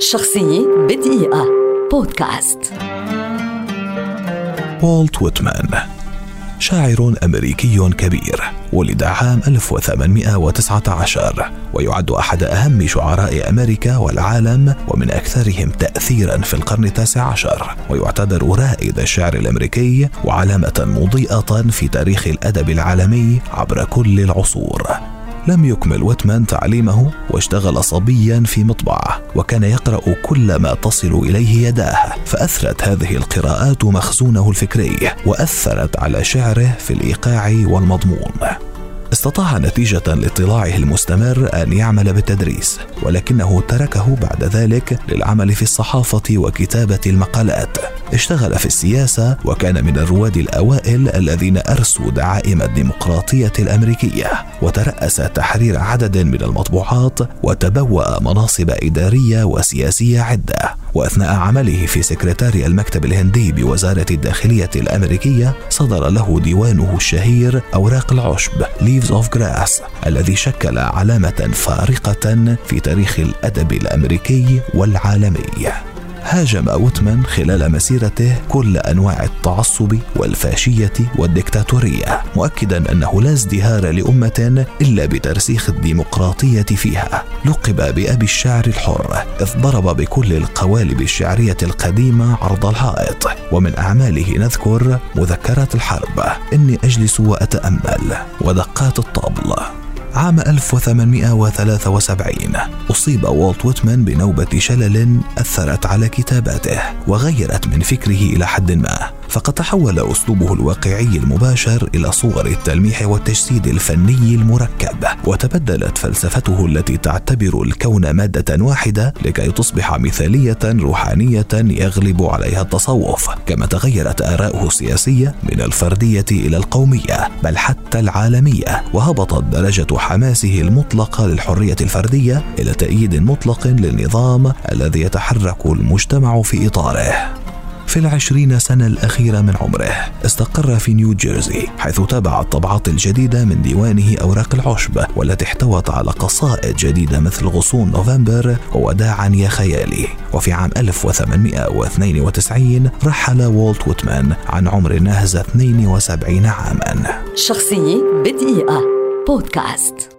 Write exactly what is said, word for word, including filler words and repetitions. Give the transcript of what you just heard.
شخصية بدقيقة بودكاست. والت ويتمان شاعر أمريكي كبير، ولد عام ألف وثمانمائة وتسعة عشر، ويعد أحد أهم شعراء أمريكا والعالم ومن أكثرهم تأثيرا في القرن التاسع عشر، ويعتبر رائد الشعر الأمريكي وعلامة مضيئة في تاريخ الأدب العالمي عبر كل العصور. لم يكمل ويتمان تعليمه واشتغل صبيا في مطبعة، وكان يقرأ كل ما تصل إليه يداه، فأثرت هذه القراءات مخزونه الفكري وأثرت على شعره في الإيقاع والمضمون. استطاع نتيجة لاطلاعه المستمر أن يعمل بالتدريس، ولكنه تركه بعد ذلك للعمل في الصحافة وكتابة المقالات. اشتغل في السياسة وكان من الرواد الأوائل الذين أرسوا دعائم الديمقراطية الأمريكية، وترأس تحرير عدد من المطبوعات وتبوأ مناصب إدارية وسياسية عدة. وأثناء عمله في سكرتاري المكتب الهندي بوزارة الداخلية الأمريكية صدر له ديوانه الشهير أوراق العشب Leaves of Grass، الذي شكل علامة فارقة في تاريخ الأدب الأمريكي والعالمي. هاجم ويتمان خلال مسيرته كل أنواع التعصب والفاشية والديكتاتورية، مؤكدا أنه لا ازدهار لأمة إلا بترسيخ الديمقراطية فيها. لقب بأبي الشعر الحر، إذ ضرب بكل القوالب الشعرية القديمة عرض الحائط. ومن أعماله نذكر مذكرات الحرب، إني أجلس وأتأمل، ودقات الطبل. عام ألف وثمانمائة وثلاثة وسبعين أصيب والت ويتمان بنوبة شلل أثرت على كتاباته وغيرت من فكره إلى حد ما، فقد تحول أسلوبه الواقعي المباشر إلى صور التلميح والتجسيد الفني المركب، وتبدلت فلسفته التي تعتبر الكون مادة واحدة لكي تصبح مثالية روحانية يغلب عليها التصوف. كما تغيرت آراؤه السياسية من الفردية إلى القومية، بل حتى العالمية، وهبطت درجة حماسه المطلقة للحرية الفردية إلى تأييد مطلق للنظام الذي يتحرك المجتمع في إطاره. في العشرين سنة الأخيرة من عمره استقر في نيو جيرسي، حيث تابع الطبعات الجديدة من ديوانه أوراق العشب، والتي احتوت على قصائد جديدة مثل غصون نوفمبر ووداعا يا خيالي. وفي عام ألف وثمانمائة واثنين وتسعين رحل والت ويتمان عن عمر ناهز اثنين وسبعين عاما. شخصية بدقيقة بودكاست.